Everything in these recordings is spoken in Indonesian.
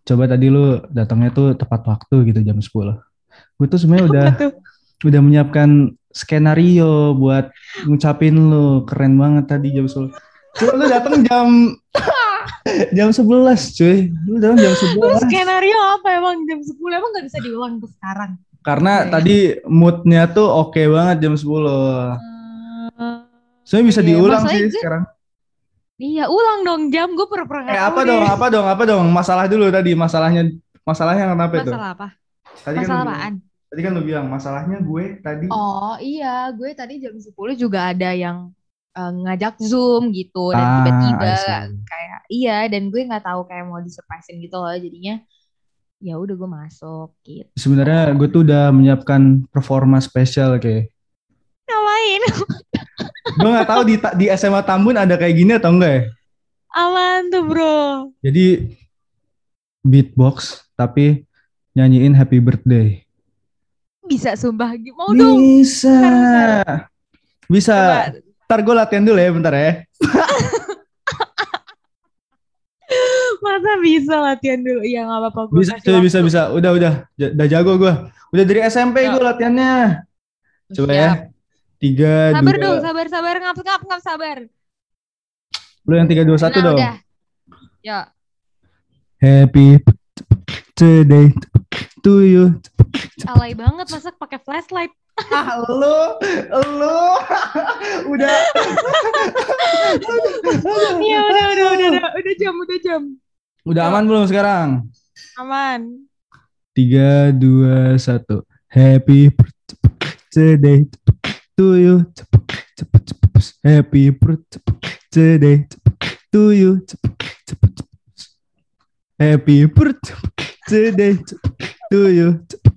Coba tadi lu datangnya tuh tepat waktu gitu jam 10. Gue tuh sebenarnya udah Apa tuh? udah menyiapkan skenario buat ngucapin lu. Keren banget tadi jam 10. Cuma lu datang jam 11, cuy. Lu datang jam Lu 11. skenario apa emang jam 10? Emang gak bisa diulang ke sekarang? Karena Enggak ya? tadi moodnya tuh oke banget jam 10. Sebenarnya bisa Iya, diulang masalahnya sih gue, sekarang. iya ulang dong jam, gue pura-pura gak tahu Apa dong, deh. apa dong, apa dong? Masalah dulu tadi, masalahnya kenapa itu? Masalah apa? Tadi kan lu Masalah bilang, apaan? tadi kan lu bilang masalahnya gue tadi. Oh iya, gue tadi jam 10 juga ada yang ngajak Zoom gitu dan Ah, tiba-tiba I see. kayak iya dan gue nggak tahu kayak mau disurprisein gitu loh jadinya ya udah gue masuk gitu. Sebenarnya gue tuh udah menyiapkan performa spesial kayak. Ngapain? Gue nggak tahu di SMA Tambun ada kayak gini atau enggak ya. Aman tuh bro. Jadi beatbox tapi nyanyiin Happy Birthday. Bisa sumpah, mau dong. Bisa, Bentar. bisa. Coba. Ntar gue latihan dulu ya, bentar ya. Masa bisa latihan dulu? Iya nggak apa-apa, gue Bisa, kasih cuy, bisa, waktu. bisa. Udah jago gue. Udah dari SMP gue Yuk, latihannya. Coba ya. siap. Tiga, Sabar dong, dua. sabar, sabar, ngap, ngap, ngap, sabar. Lu yang 3, 2, 1 Nah, dong. udah. Yuk. Happy birthday to you. Alay banget, masa pakai flashlight? Ah, lu, udah, Iya, udah jam, udah jam. udah Yuk, aman belum sekarang? aman. 3, 2, 1. Happy birthday to you. Happy birthday to you. Happy birthday to you.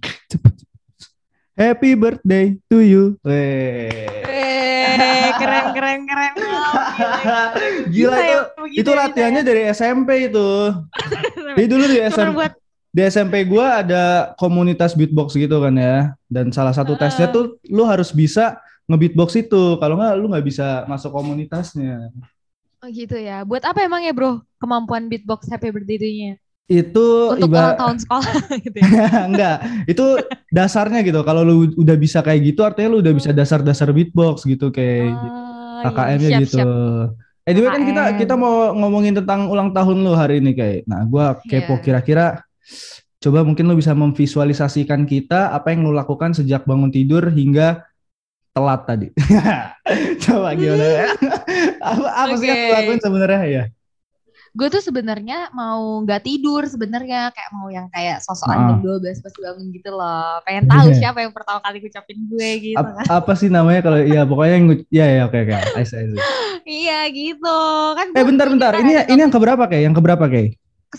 Happy birthday to you. Weh. Keren, keren, keren. Wow, gila, gila. Gila Bisa itu ya itu begitu ya, bisa ya. latihannya dari SMP itu. Jadi dulu Cuma buat, di SMP gue ada komunitas beatbox gitu kan ya. Dan salah satu tesnya eh, tuh lu harus bisa ngebeatbox itu. Kalau nggak lu nggak bisa masuk komunitasnya. oh gitu ya. Buat apa emang ya bro, kemampuan beatbox happy birthday-nya? Itu Untuk ulang tahun sekolah gitu ya? enggak, itu dasarnya gitu. Kalau lu udah bisa kayak gitu artinya lu udah bisa Hmm. dasar-dasar beatbox gitu kayak Oh iya, KKM-nya siap, gitu. siap. Anyway kan kita KKN. mau ngomongin tentang ulang tahun lu hari ini kayak. Nah, gua kepo Ya. kira-kira coba mungkin lu bisa memvisualisasikan kita apa yang lu lakukan sejak bangun tidur hingga telat tadi. Coba gimana ya? Apa sih Oke, yang lu lakuin sebenarnya ya? gue tuh sebenarnya mau nggak tidur sebenarnya kayak mau yang kayak sosokan jam Heeh. 12 pas bangun gitu loh. Pengen tahu siapa yang pertama kali ngucapin gue gitu kan. Apa sih namanya kalau ya pokoknya yang ya ya oke oke. I see. Iya gitu. Kan gue mikir Bentar. kan Ini ada ini yang notif keberapa kayak? Yang keberapa kayak? ke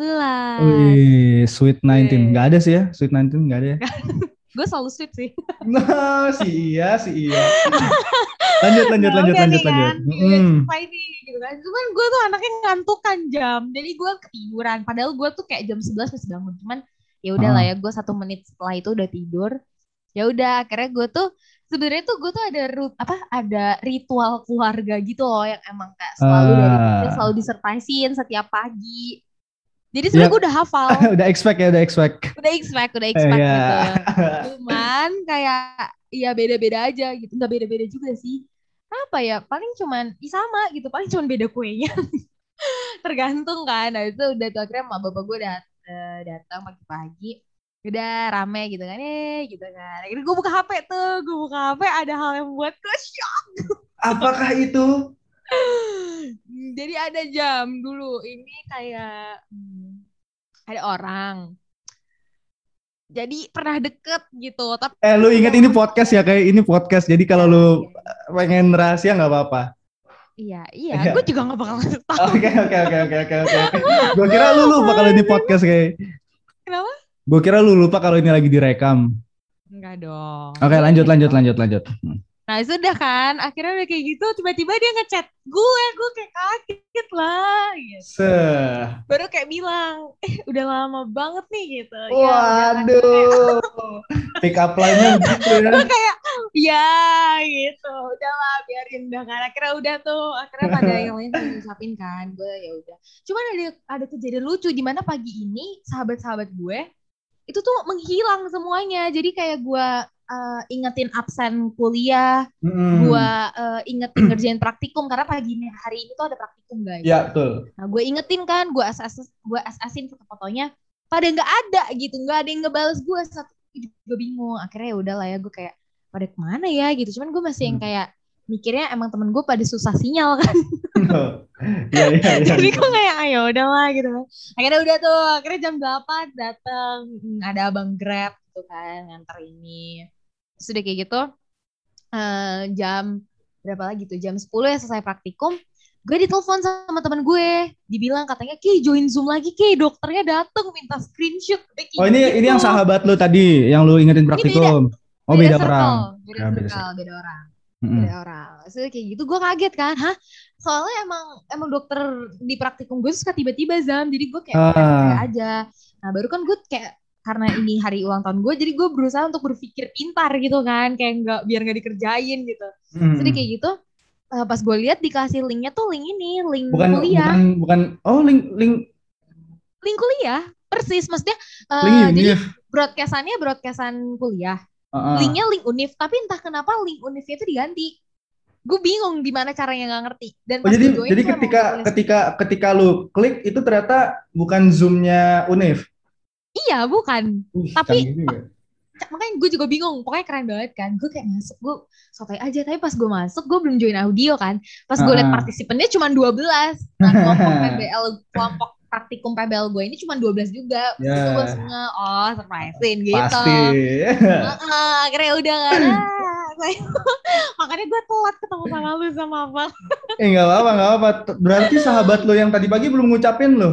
19. Wih, Sweet 19. Nggak Gue ada sih ya, Sweet 19 nggak ada ya. gue selalu sweet sih. Nah, sih iya. Lanjut, lanjut, Nah lanjut, udah lanjut, nih lanjut. kan, udah Mm. selesai nih gitu kan. Cuman gue tuh anaknya ngantuk kan jam. Jadi gue ketiduran. Padahal gue tuh kayak jam 11 masih bangun. Cuman ya udah lah Ah, ya gue 1 menit setelah itu udah tidur. Ya udah akhirnya gue tuh sebenarnya tuh gue tuh ada ada ritual keluarga gitu loh yang emang kayak selalu dari kecil selalu ah. disurprisein setiap pagi. Jadi sebenarnya Yang gue udah hafal, udah expect ya, udah expect. udah expect Ya. gitu. Cuman kayak ya beda-beda aja gitu, nggak beda-beda juga sih. Apa ya? Paling cuman sama gitu, paling cuman beda kuenya. Tergantung kan. Nah itu udah tuh akhirnya emak bapak gue datang pagi-pagi. Udah rame gitu kan, gitu kan. Akhirnya gue buka HP tuh, gue buka HP ada hal yang membuat gue shock. Apakah itu? Jadi ada jam dulu, ini kayak ada orang. Jadi pernah deket gitu, tapi Lu udah inget ini lama podcast ya banget. kayak ini podcast. Jadi kalau Iya, lu iya, pengen rahasia nggak apa-apa. iya, iya. Gue Iya. juga gak bakal ngasih tahu. Oke. Gue kira lu lupa kalau ini Anjing. podcast kayak. Kenapa? Gue kira lu lupa kalau ini lagi direkam. Enggak dong. Oke, Gue lanjut, inget lanjut, dong. lanjut, lanjut. Nah sudah kan, akhirnya udah kayak gitu, tiba-tiba dia ngechat gue kayak kaget lah, gitu. Seh. Baru kayak bilang, udah lama banget nih gitu. Ya udah kan, gue kayak, Waduh. Pick up line-nya begitu ya. kayak Ya gitu, udahlah biarin udah kan. Akhirnya udah tuh, akhirnya pada yang lain pada ngucapin kan, gue ya udah. Cuman ada kejadian lucu di mana pagi ini sahabat-sahabat gue itu tuh menghilang semuanya. Jadi kayak gue ingetin absen kuliah, gue Mm-mm. ingetin ngerjain praktikum karena pagi ini hari ini tuh ada praktikum guys. Ya, betul. Nah gue ingetin kan, gue asin foto-fotonya, pada nggak ada gitu, nggak ada yang ngebales gue. Satu juga bingung. Akhirnya ya udahlah ya, gue kayak pada kemana ya gitu. Cuman gue masih yang Hmm. kayak mikirnya emang temen gue pada susah sinyal kan. Iya, iya, iya, Jadi iya. gue kayak ayo udahlah gitu kan. Akhirnya udah tuh, akhirnya jam 8 dateng, ada abang Grab gitu kan nganter ini. Terus udah kayak gitu jam berapa lagi tuh, jam 10 ya selesai praktikum. Gue ditelepon sama temen gue, dibilang katanya Ki join Zoom lagi Ki, dokternya dateng minta screenshot kayak Oh, ini gitu. yang sahabat lu tadi yang lu ingetin Ini beda praktikum. Oh, beda beda circle, orang. beda Ya, beda sih. circle, beda orang. Beda Mm-mm. orang. So, kayak gitu gue kaget kan, hah? Soalnya emang dokter di praktikum gue suka tiba-tiba Zam, jadi gue kayak percaya Ah. aja. Nah baru kan gue kayak karena ini hari ulang tahun gue, jadi gue berusaha untuk berpikir pintar gitu kan, kayak nggak biar nggak dikerjain gitu. Jadi Mm. kayak gitu, pas gue lihat dikasih linknya tuh link ini, link Bukan, bukan, kuliah, bukan. Oh, link link kuliah, persis. Maksudnya jadi Univ. broadcastan kuliah, Heeh. linknya link univ, tapi entah kenapa link univnya itu diganti. Gue bingung gimana caranya, nggak ngerti. Dan Oh, pas gue join jadi tuh emang ketika udah tulis, ketika ketika lu klik itu ternyata bukan Zoom-nya Univ. iya bukan. Tapi Canggih juga. makanya gue juga bingung. Pokoknya keren banget kan. Gue kayak masuk, gue sotoy aja. Tapi pas gue masuk, gue belum join audio kan. Pas gue liat Heeh. partisipannya cuma 12. Nah kelompok praktikum PBL gue ini cuma 12 juga. Pas itu gue langsung Ya, oh surprisein gitu. pasti. Akhirnya udah kan. Makanya gue telat ketemu sama lu sama apa. Nggak apa-apa, nggak apa-apa. Berarti sahabat lo yang tadi pagi belum ngucapin lo.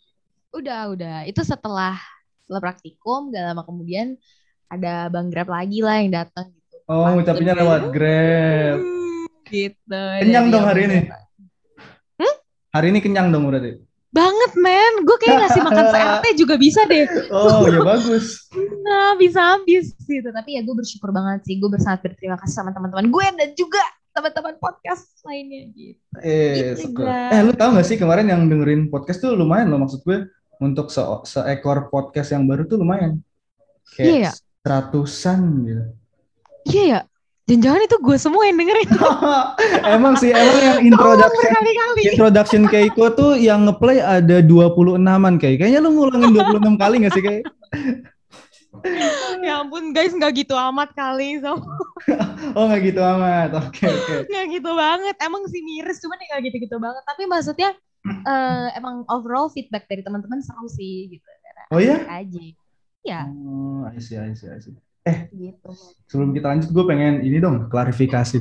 Udah. Itu setelah praktikum, gak lama kemudian ada Bang Grab lagi lah yang datang gitu. Oh, Pantun ngucapinnya kan. lewat Grab. Gitu. Kenyang Jadi dong hari Abang ini. Grab. Hmm? Hari ini kenyang dong berarti. Banget men. Gue kayak ngasih makan se-RT juga bisa deh. Oh, ya bagus. Nah, bisa habis gitu. Tapi ya gue bersyukur banget sih. Gue sangat berterima kasih sama teman-teman gue dan juga teman-teman podcast lainnya gitu. Gitu Syukur. Lu Grab. tahu nggak sih kemarin yang dengerin podcast tuh lumayan loh, maksud gue untuk seekor podcast yang baru tuh lumayan. Iya Kayak ya. seratusan gitu. Iya ya. Jangan-jangan itu gue semua yang dengerin. Emang sih, emang yang Tolong introduction berkali-kali. introduction Keiko tuh yang ngeplay ada 26-an kayak. Kayaknya lu ngulangin 26 kali gak sih kayak? Ya ampun guys, nggak gitu amat kali. So, Oh, nggak gitu amat. Oke, oke. nggak gitu banget. Emang sih miris, cuman ya nggak gitu-gitu banget. Tapi maksudnya emang overall feedback dari teman-teman seru sih gitu. Oh Asik ya? aja. Ya, Oh, I see, I see, I see. gitu. Sebelum kita lanjut, gue pengen ini dong, klarifikasi.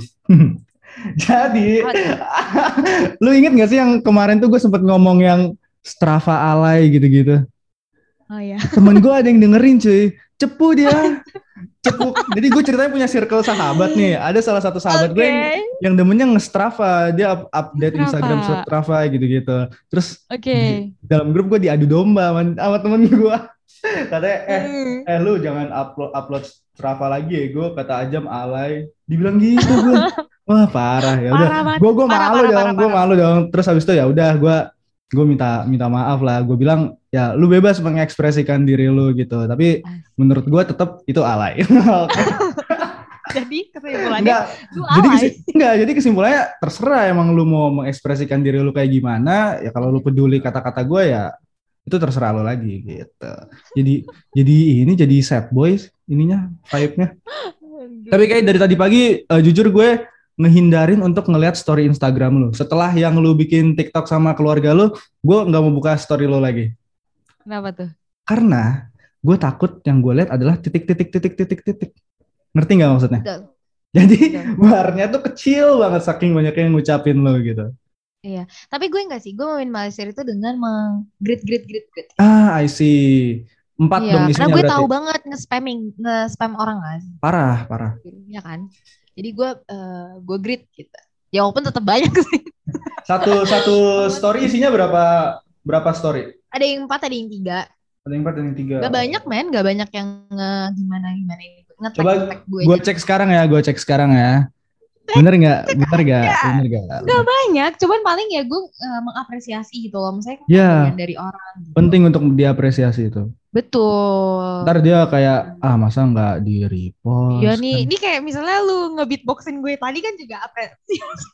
Jadi, Apa tuh? lu inget gak sih yang kemarin tuh gue sempet ngomong yang Strava alay gitu-gitu? Oh ya. Temen gue ada yang dengerin cuy. Cepu dia. Cepu. Jadi gue ceritanya punya circle sahabat nih. Ada salah satu sahabat gue yang demennya nge-Strava. Dia update Instagram Strava. Strava gitu-gitu. Terus Oke. di dalam grup gue diadu domba sama temen gue. Katanya, lu jangan upload Strava lagi ya. Gue kata Ajam alay. Dibilang gitu gue. Wah parah ya udah. Parah banget. Gue Parah, malu parah, dong. parah, Gue parah. malu dong. Terus habis itu ya udah gue minta maaf lah. Gue bilang ya lu bebas mengekspresikan diri lu gitu. Tapi menurut gue tetap itu alay. Oke. Jadi kesimpulannya Enggak. lu Jadi alay. jadi kesimpulannya terserah emang lu mau mengekspresikan diri lu kayak gimana. Ya kalau lu peduli kata-kata gue ya itu terserah lu lagi gitu. Jadi ini jadi sad boys ininya vibe-nya. Tapi kayak dari tadi pagi jujur gue ngehindarin untuk ngelihat story Instagram lu. Setelah yang lu bikin TikTok sama keluarga lu, gue nggak mau buka story lu lagi. Kenapa tuh? Karena gue takut yang gue lihat adalah titik. Ngerti nggak maksudnya? Betul. Jadi Betul. barnya tuh kecil banget saking banyak yang ngucapin lo gitu. Iya. Tapi gue enggak sih. Gue mau main Malaysia itu dengan grid. I see. 4 Iya, dong karena isinya gue berarti. tahu banget nge-spam orang kan. Parah. Iya kan. Jadi gue grid gitu. Ya walaupun tetap banyak sih. Satu story isinya berapa story? Ada yang 4, ada yang 3. Ada yang 4 dan yang 3. Gak banyak men, gak banyak yang gimana ini. Coba nge-tag gue gue gitu. cek sekarang ya, Bener nggak? Bener nggak? Bener nggak? Gak banyak, cuman paling ya gue mengapresiasi gitu loh. Misalnya kan pemberian Ya, dari orang gitu. penting untuk diapresiasi itu. Ntar Betul. dia kayak, masa nggak di Iya repost nih, kan? ini kayak misalnya lu nge-beatboxin gue tadi kan juga apresiasi.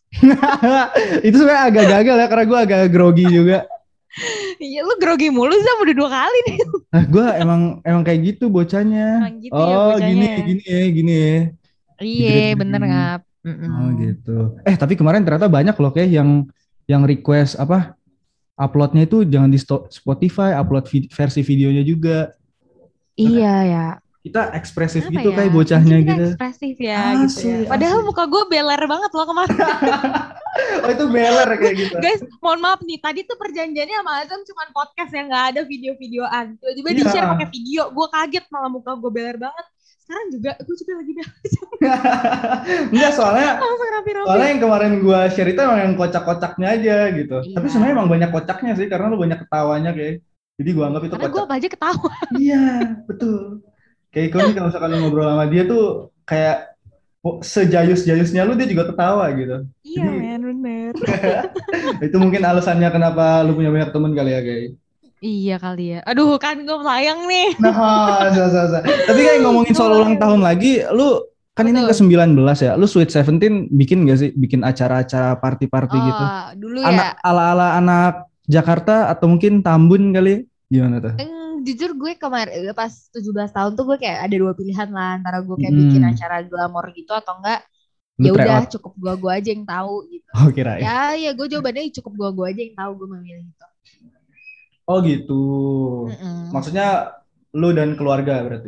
Itu sebenarnya agak gagal ya, karena gue agak grogi juga. Iya, lu grogi mulu sih, udah 2 kali nih. Nah, gue emang emang kayak gitu bocahnya. Emang gitu ya Oh, bocahnya ya. gini ya. Iya, bener Digituin. ngap. Mm-mm. Oh gitu. Tapi kemarin ternyata banyak loh kayak yang request apa uploadnya itu jangan di Spotify, upload versi videonya juga. Nah, kan Iya ya. kita ekspresif Kenapa gitu ya? kayak Mungkin bocahnya kita gitu. ekspresif ya gitu ya. Asli, Padahal asli. muka gue beler banget loh kemarin. Oh itu beler kayak gitu. Guys, mohon maaf nih. Tadi tuh perjanjiannya sama Azam cuma podcast yang nggak ada video-videoan. Tiba-tiba di-share pakai Iya. video. Gue kaget malah muka gue beler banget. Sekarang juga, gue juga lagi beler. Enggak soalnya Langsung rapi-rapi. soalnya yang kemarin gua share itu emang yang kocak-kocaknya aja gitu. Tapi Iya. sebenarnya emang banyak kocaknya sih karena lu banyak ketawanya kayak. Jadi gua anggap itu Karena gue kocak. apa aja ketawa. Iya, betul. Kayak Iko nih kalau misalkan lu ngobrol sama dia tuh kayak sejayus-jayusnya lu dia juga ketawa gitu. Iya Jadi men, bener. itu mungkin alasannya kenapa lu punya banyak temen kali ya kayak. Iya kali ya. Aduh kan gue sayang nih. Nah, tapi kayak ngomongin Gue soal ulang sayang. tahun lagi, lu kan Apa ini tuh? ke-19 ya. Lu Sweet Seventeen bikin gak sih? Bikin acara-acara party-party gitu? Oh, dulu Anak ya. ala-ala anak Jakarta atau mungkin Tambun kali? Gimana tuh? Jujur gue kemarin pas 17 tahun tuh gue kayak ada 2 pilihan lah antara gue kayak bikin Hmm, acara glamor gitu atau enggak lu ya try udah out. cukup gue aja yang tahu gitu. Oh, kirain. Ya gue jawabannya cukup gue aja yang tahu gue memilih itu. Oh gitu. Mm-mm. Maksudnya lu dan keluarga berarti.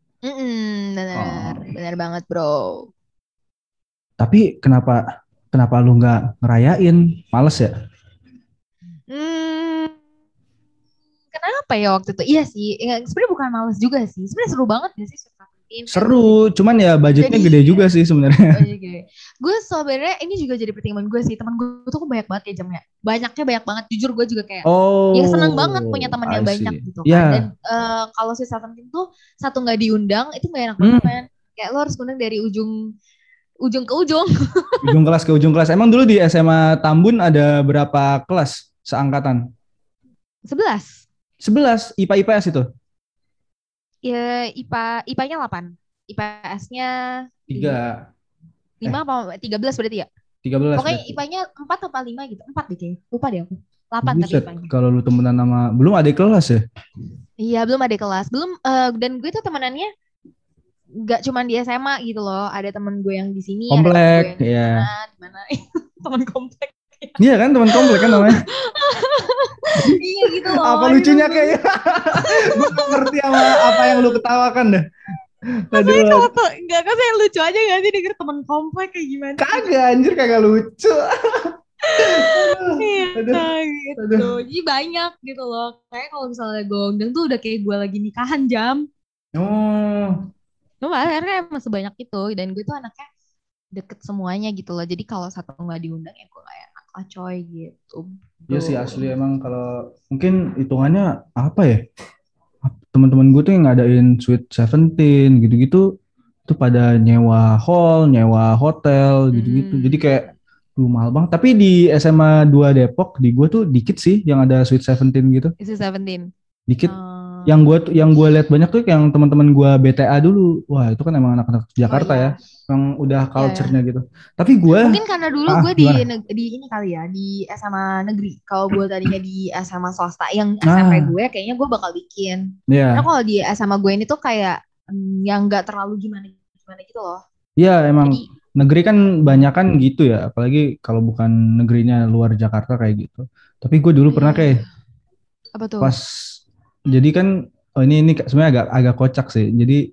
Bener, Oh. bener banget bro. Tapi kenapa kenapa lu nggak ngerayain? Males ya? Hmm, kenapa ya waktu itu? Iya sih, ya, sebenarnya bukan males juga sih. Sebenarnya seru banget gak sih Sweet Seventeen kayak gue Seru, cuman ya budgetnya jadi gede juga sih sebenarnya. oh, iya, oke. Gue sebenarnya ini juga jadi pertimbangan gue sih. Teman gue tuh banyak banget ya jamnya. Banyaknya banyak banget. Jujur gue juga kayak ya senang banget punya Oh, teman yang I banyak see. gitu kan. Dan Ya, kalau si Seventeen tuh satu nggak diundang itu gak enak banget hmm, men. Kayak lo harus undang dari ujung ujung ke ujung. ujung kelas ke ujung kelas. Emang dulu di SMA Tambun ada berapa kelas seangkatan? 11. 11 IPA IPS itu. Ya IPA-nya 8. IPS-nya 5. Tiga, 5 eh apa 13 berarti ya? 13 Pokoknya berarti. IPA-nya 4 apa 5 gitu. 4 deh kayaknya. Lupa deh aku. 8 tapi Buset, IPA-nya. kalau lu temenan sama belum ada kelas ya? Iya, belum ada kelas. Belum dan gue tuh temenannya gak cuman di SMA gitu loh. Ada temen gue yang di sini, ada temen gue Komplek, yang ya. di mana. Temen komplek. Iya kan teman komplek kan namanya. Iya gitu loh. Apa Itu lucunya gue kayaknya? Gue gak ngerti sama apa yang lu ketawakan dah. rasanya Aduh, kalau tuh gak kan yang lucu aja gak sih denger temen komplek kayak gimana gitu. kagak anjir kagak lucu. Iya Aduh, gitu. aduh. Jadi banyak gitu loh. Kayak kalau misalnya gue undang tuh udah kayak gue lagi nikahan jam. Oh, Cuma karena emang sebanyak itu. Dan gue tuh anaknya deket semuanya gitu loh. Jadi kalau satu nggak diundang ya gue gak enak lah coy gitu. iya Bro. sih asli emang kalau mungkin hitungannya apa ya? Teman-teman gue tuh yang ngadain Sweet Seventeen gitu-gitu tuh pada nyewa hall, nyewa hotel gitu-gitu. Jadi kayak mahal banget. Tapi di SMA 2 Depok di gue tuh dikit sih yang ada Sweet Seventeen gitu. Isi Seventeen. Dikit. Oh Yang gue lihat banyak tuh yang teman-teman gue BTA dulu. Wah, itu kan emang anak-anak Jakarta ya, iya, yang udah iya ya. culture-nya gitu. Tapi gue Mungkin karena dulu gue di gimana? di ini kali ya di SMA negeri. Kalau gue tadinya di SMA swasta, yang SMP Nah, gue kayaknya gue bakal bikin. Karena ya, kalau di SMA gue ini tuh kayak yang nggak terlalu gimana gimana gitu loh. ya emang Jadi negeri kan banyak kan gitu ya, apalagi kalau bukan negerinya luar Jakarta kayak gitu. Tapi gue dulu pernah iya, kayak apa tuh? pas jadi kan oh ini sebenarnya agak agak kocak sih.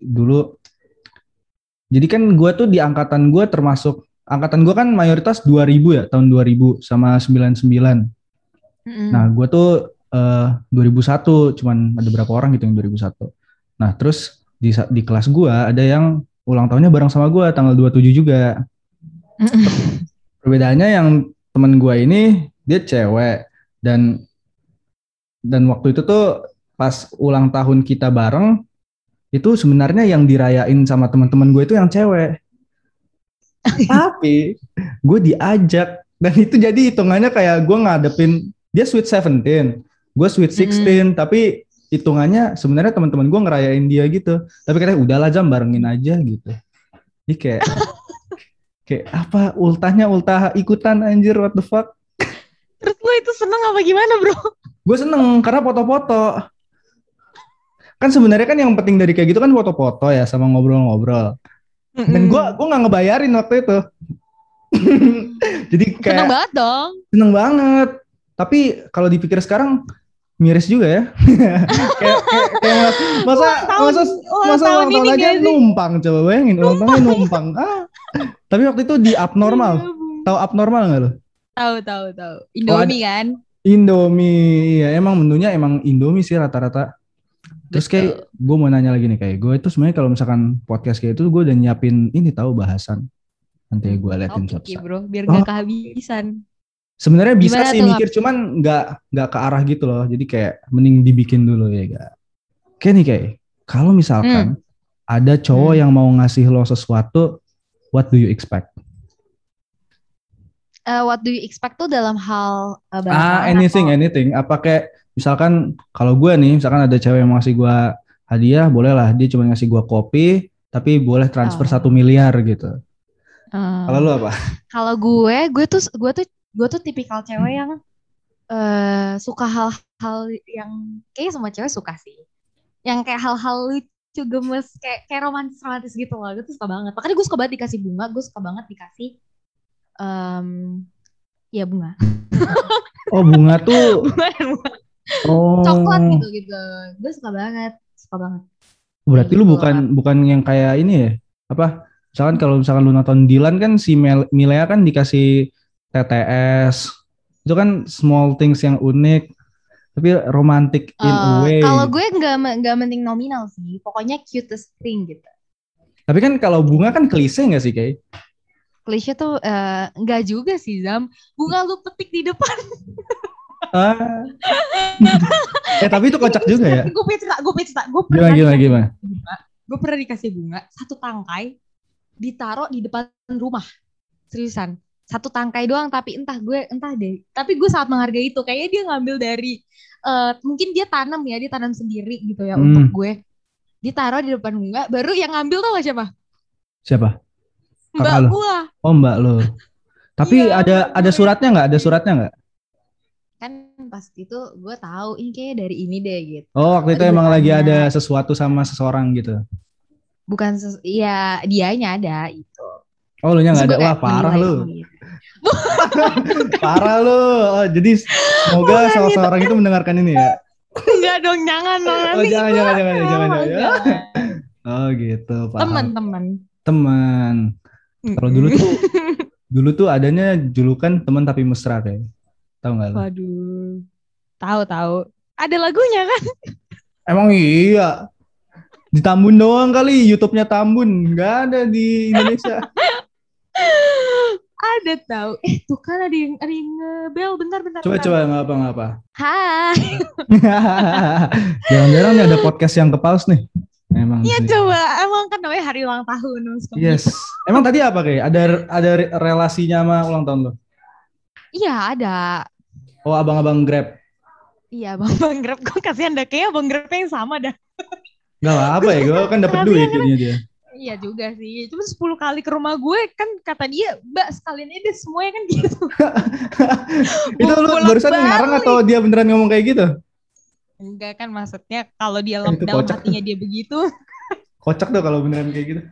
Jadi kan gue tuh di angkatan gue termasuk angkatan gue kan mayoritas 2000 ya, tahun 2000 sama 99. Nah, Mm-mm. gue tuh 2001 cuman ada berapa orang gitu yang 2001. Nah, terus di kelas gue ada yang ulang tahunnya bareng sama gue tanggal 27 juga. Mm-mm. Perbedaannya yang temen gue ini dia cewek dan waktu itu tuh pas ulang tahun kita bareng itu sebenarnya yang dirayain sama teman-teman gue itu yang cewek. Tapi gue diajak dan itu jadi hitungannya kayak gue ngadepin dia sweet 17, gue sweet Mm-mm. 16, tapi hitungannya sebenarnya teman-teman gue ngerayain dia gitu. Tapi katanya udahlah Jam barengin aja gitu. Jadi kayak apa ultahnya ultah ikutan anjir what the fuck. Terus lu itu seneng apa gimana bro? Gue seneng karena foto-foto. Kan sebenarnya kan yang penting dari kayak gitu kan foto-foto ya sama ngobrol-ngobrol. Dan gue Mm-mm. gue nggak ngebayarin waktu itu. Jadi Seneng kayak banget dong. seneng banget. Tapi kalau dipikir sekarang miris juga ya. Kayak masa masa Ulang masa tahun ulang tahun ini aja gak sih? numpang coba bayangin ulang tahunnya Numpang. numpang. Tapi waktu itu di Ya abnormal. ampun. Tahu abnormal nggak lo? Tahu tahu tahu. Oh ada Indomie kan? Indomie. Ya emang menunya emang Indomie sih rata-rata. Terus kayak Betul. gue mau nanya lagi nih kayak gue itu sebenarnya kalau misalkan podcast kayak itu gue udah nyiapin ini tahu bahasan nanti gue liatin Topik suatu ya saat. bro, biar Oh nggak kehabisan. sebenarnya bisa Gimana sih tuh mikir Ngap? cuman nggak ke arah gitu loh. Jadi kayak mending dibikin dulu ya gak. Kayak nih kayak kalau Hmm. misalkan ada cowok Hmm. yang mau ngasih lo sesuatu, what do you expect? What do you expect tuh dalam hal barang Anything, atau anything. Apa kayak misalkan kalau gue nih, misalkan ada cewek yang mau ngasih gue hadiah, boleh lah dia cuma ngasih gue kopi, tapi boleh transfer 1 miliar gitu. Kalau eh, lo apa? kalau gue tuh tipikal cewek yang suka hal-hal yang kayak semua cewek suka sih. Yang kayak hal-hal lucu gemes kayak kayak romantis romantis gitu loh. Gue tuh suka banget. Makanya gue suka banget dikasih bunga. Gue suka banget dikasih em, ya bunga. Oh bunga tuh, Bunga dan bunga. Coklat gitu oh gitu. Gue suka banget. Suka banget. Kayak berarti lu gitu loh. bukan bukan yang kayak ini ya? Apa? Misalkan kalau misalkan lu nonton Dilan kan si Milea kan dikasih TTS, itu kan small things yang unik, tapi romantic in a Kalau way. gue nggak mending nominal sih. Pokoknya cutest thing gitu. Tapi kan kalau Kayak bunga kan gitu. klise nggak sih kayak? Klise tuh nggak juga sih Zam. Bunga lu petik di depan. Ah, tapi itu Ini kocak gue juga ya. gue punya cerita, gue punya cerita. Gue Gimana pernah gimana dikasih gimana? bunga. Gue pernah dikasih bunga satu tangkai ditaruh di depan rumah. Seriusan. Satu tangkai doang tapi entah deh. Tapi gue sangat menghargai itu. Kayaknya dia ngambil dari mungkin dia tanam ya, dia tanam sendiri gitu ya untuk Hmm, gue. Ditaruh di depan bunga, baru yang ngambil tau gak siapa? siapa? Kakak Mbak lo? gue. Oh mbak lo. Tapi Iya, mbak ada gue. suratnya nggak? Ada suratnya nggak? Kan pas itu gue tahu ini kayak dari ini deh gitu. Oh waktu itu Baru gue emang lagi tanya. ada sesuatu sama seseorang gitu. Bukan ya dianya ada itu. Oh lu nya Terus nggak ada. gue Wah kayak parah menilai lu. sendiri. Parah lu. Oh, jadi semoga Bukan salah itu. seorang itu mendengarkan ini ya. Enggak dong, jangan dong. Oh Nanti jangan gue jangan jangan jangan jangan. jangan. Oh gitu paham. Teman-teman. Teman. Kalau dulu Mm-mm. tuh adanya julukan teman tapi mesra kayak. Tahu nggak lo? Waduh. Tahu-tahu. Ada lagunya kan? Emang iya. Di Tambun doang kali, YouTube-nya Tambun. Nggak ada di Indonesia. Ada tahu. Tuh kan ada yang ngebel. Bentar, bentar, bentar. Coba-coba nggak apa nggak apa. Hai. Jarang-jarang nih ada podcast yang kepaus nih. Emang Iya sih. coba. Emang kan namanya hari ulang tahun. Suka Yes. gitu. Emang tadi apa kayak? Ada relasinya sama ulang tahun lo? Iya ada. Oh abang-abang Grab. Iya Bang Grab. Gue kasihan dah. Kayaknya Bang Grab yang sama dah. Nggak apa ya, gue kan dapat duit Kasihan kan. jadinya dia. Iya juga sih. Cuma 10 kali ke rumah gue kan kata dia, Mbak sekalian aja semuanya kan gitu. Itu lu Bolak barusan ngarang atau balik. dia beneran ngomong kayak gitu? Enggak kan maksudnya kalau dia Kan itu dalam kocak tuh. hatinya dia begitu. Kocak tuh kalau beneran kayak gitu.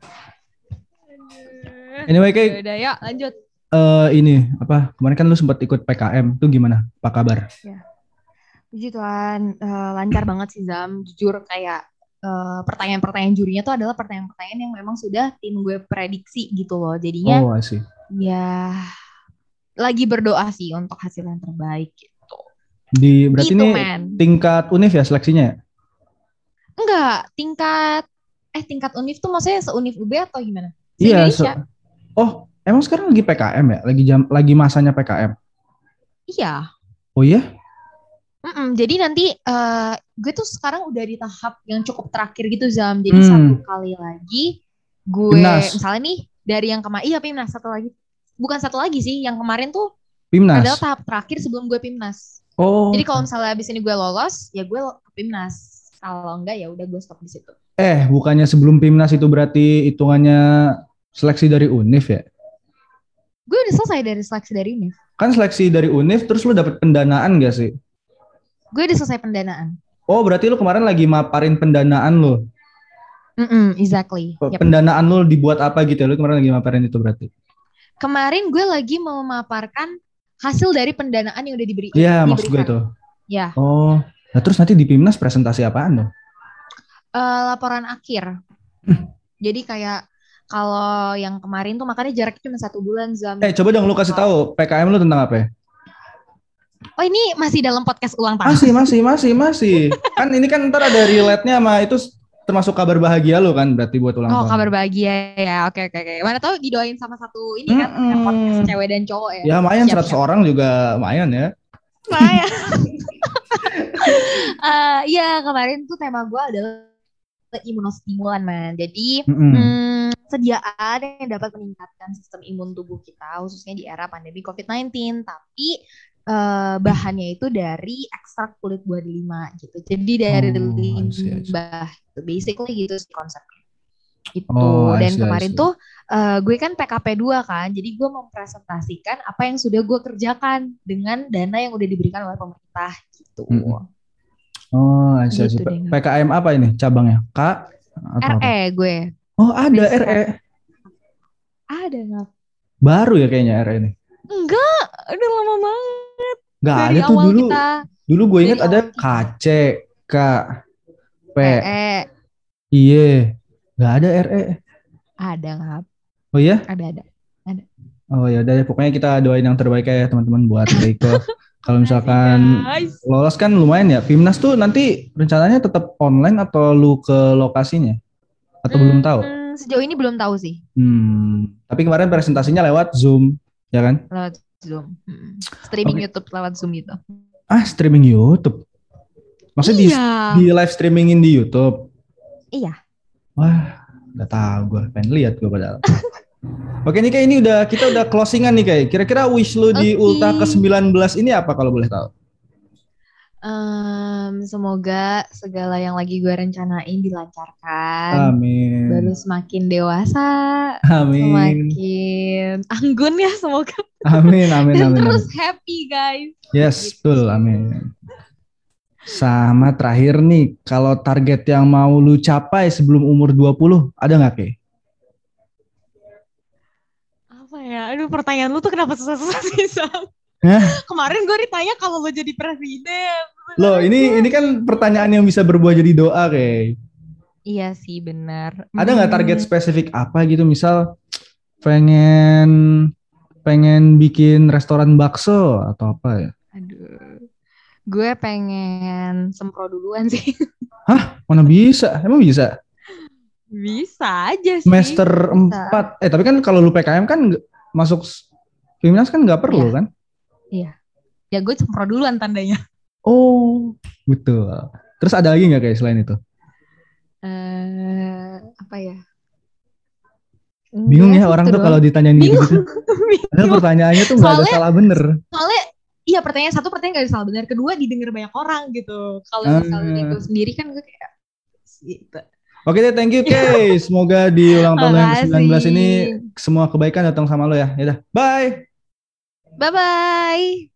Aduh. Anyway Ya kayak udah ya lanjut. ini apa? Kemarin kan lu sempat ikut PKM. Tuh gimana? Apa kabar? Ya. Puji Tuhan, lancar banget sih Zam. Jujur kayak pertanyaan-pertanyaan jurinya tuh adalah pertanyaan-pertanyaan yang memang sudah tim gue prediksi gitu loh. Jadinya Oh, asik. ya lagi berdoa sih untuk hasil yang terbaik gitu. Berarti Gitu ini men. tingkat univ ya seleksinya ya? Enggak, tingkat univ tuh maksudnya seuniv UB atau gimana? Iya, Se-Indonesia. oh, emang sekarang lagi PKM ya? Lagi masanya PKM. Iya. Oh iya? Jadi nanti gue tuh sekarang udah di tahap yang cukup terakhir gitu Zam. Jadi satu kali lagi gue Timnas, misalnya nih dari yang kemarin, iya Pimnas satu lagi. Bukan satu lagi sih, yang kemarin tuh adalah Timnas. tahap terakhir sebelum gue Pimnas. Jadi Oh, kalau misalnya abis ini gue lolos, ya gue ke Pimnas. Kalau enggak ya udah gue stop di situ. bukannya sebelum Timnas itu berarti hitungannya seleksi dari UNIF ya? Gue udah selesai dari seleksi dari ini. Kan seleksi dari UNIF terus lu dapet pendanaan gak sih? Gue udah selesai pendanaan. Oh, berarti lu kemarin lagi maparin pendanaan lu. Exactly. Yep. Pendanaan lu dibuat apa gitu ya? Lu kemarin lagi maparin itu berarti. Kemarin gue lagi memaparkan hasil dari pendanaan yang udah Iya, maksud gue diberikan. itu. Ya. Oh, nah terus nanti di Pimnas presentasi apaan dong? Laporan akhir. Jadi kayak kalau yang kemarin tuh makanya jaraknya cuma 1 bulan Zam. Coba dong lu kasih tahu PKM lu tentang apa ya? Oh ini masih dalam podcast ulang tahun. Masih. Kan ini kan ntar ada relate-nya sama itu termasuk kabar bahagia lu kan berarti buat ulang Oh tahun. kabar bahagia ya. Oke. Mana tahu didoain sama satu ini kan yang podcast cewek dan cowok ya. Ya lumayan 100 Siap-siap. orang juga lumayan ya. Lumayan. Iya kemarin tuh tema gue adalah imunostimulan man. Jadi sediaan yang dapat meningkatkan sistem imun tubuh kita khususnya di era pandemi COVID-19. Tapi bahannya itu dari ekstrak kulit buah delima gitu. Jadi dari limbah basically gitu sih konsepnya. Itu dan kemarin tuh gue kan PKP 2 kan. Jadi gue mempresentasikan apa yang sudah gue kerjakan dengan dana yang udah diberikan oleh pemerintah gitu. Oh, gitu PKM apa ini cabangnya? K atau RE apa? Gue. Oh, ada RE. Ada nggak? Baru ya kayaknya RE ini. Enggak, udah lama banget. Nggak ada tuh dulu. Dulu gue ingat ada KC, K, P, Iya. Nggak ada RE. Ada nggak? Oh iya? Ada. Oh ya udah, pokoknya kita doain yang terbaik ya teman-teman buat Reiko. Kalau misalkan lolos kan lumayan ya. Pimnas tuh nanti rencananya tetap online atau lu ke lokasinya? Atau belum tahu? Sejauh ini belum tahu sih. Tapi kemarin presentasinya lewat Zoom, ya kan? Lewat Zoom. Streaming YouTube lewat Zoom gitu. Streaming YouTube? Maksudnya di live streamingin di YouTube? Iya. Wah, udah tahu gue. Pengen lihat gue padahal. Oke nih kayak ini kita udah closingan nih kayak. Kira-kira wish lu di Ulta ke-19 ini apa kalau boleh tahu? Semoga segala yang lagi gue rencanain dilancarkan. Amin. Baru semakin dewasa. Amin. Semakin anggun ya semoga. Amin. Dan terus happy guys. Yes, betul. Amin. Sama terakhir nih, kalau target yang mau lu capai sebelum umur 20, ada nggak Kay? Ya, aduh pertanyaan lu tuh kenapa susah-susah sih Sam? Kemarin gue ditanya kalau lo jadi presiden. Loh, ini kan pertanyaan yang bisa berbuah jadi doa kayak. Iya sih benar. Ada nggak target spesifik apa gitu? Misal pengen bikin restoran bakso atau apa ya? Aduh, gue pengen sempro duluan sih. Hah? Mana bisa? Emang bisa? Bisa aja sih. Semester 4. Tapi kan kalau lu PKM kan masuk Pimnas kan nggak perlu kan? Iya. Ya gue sempro duluan tandanya. Oh, betul. Terus ada lagi nggak kayak selain itu? Apa ya? Bingung ya orang tuh kalau ditanyain gitu-gitu. Padahal pertanyaannya tuh nggak ada salah bener. Soalnya iya pertanyaan nggak ada salah bener. Kedua didengar banyak orang gitu. Kalau misalnya gue sendiri kan gue kayak gitu. Oke deh, thank you Kay. Semoga di ulang tahun yang ke-19 ini semua kebaikan datang sama lo ya. Yaudah, bye. Bye-bye.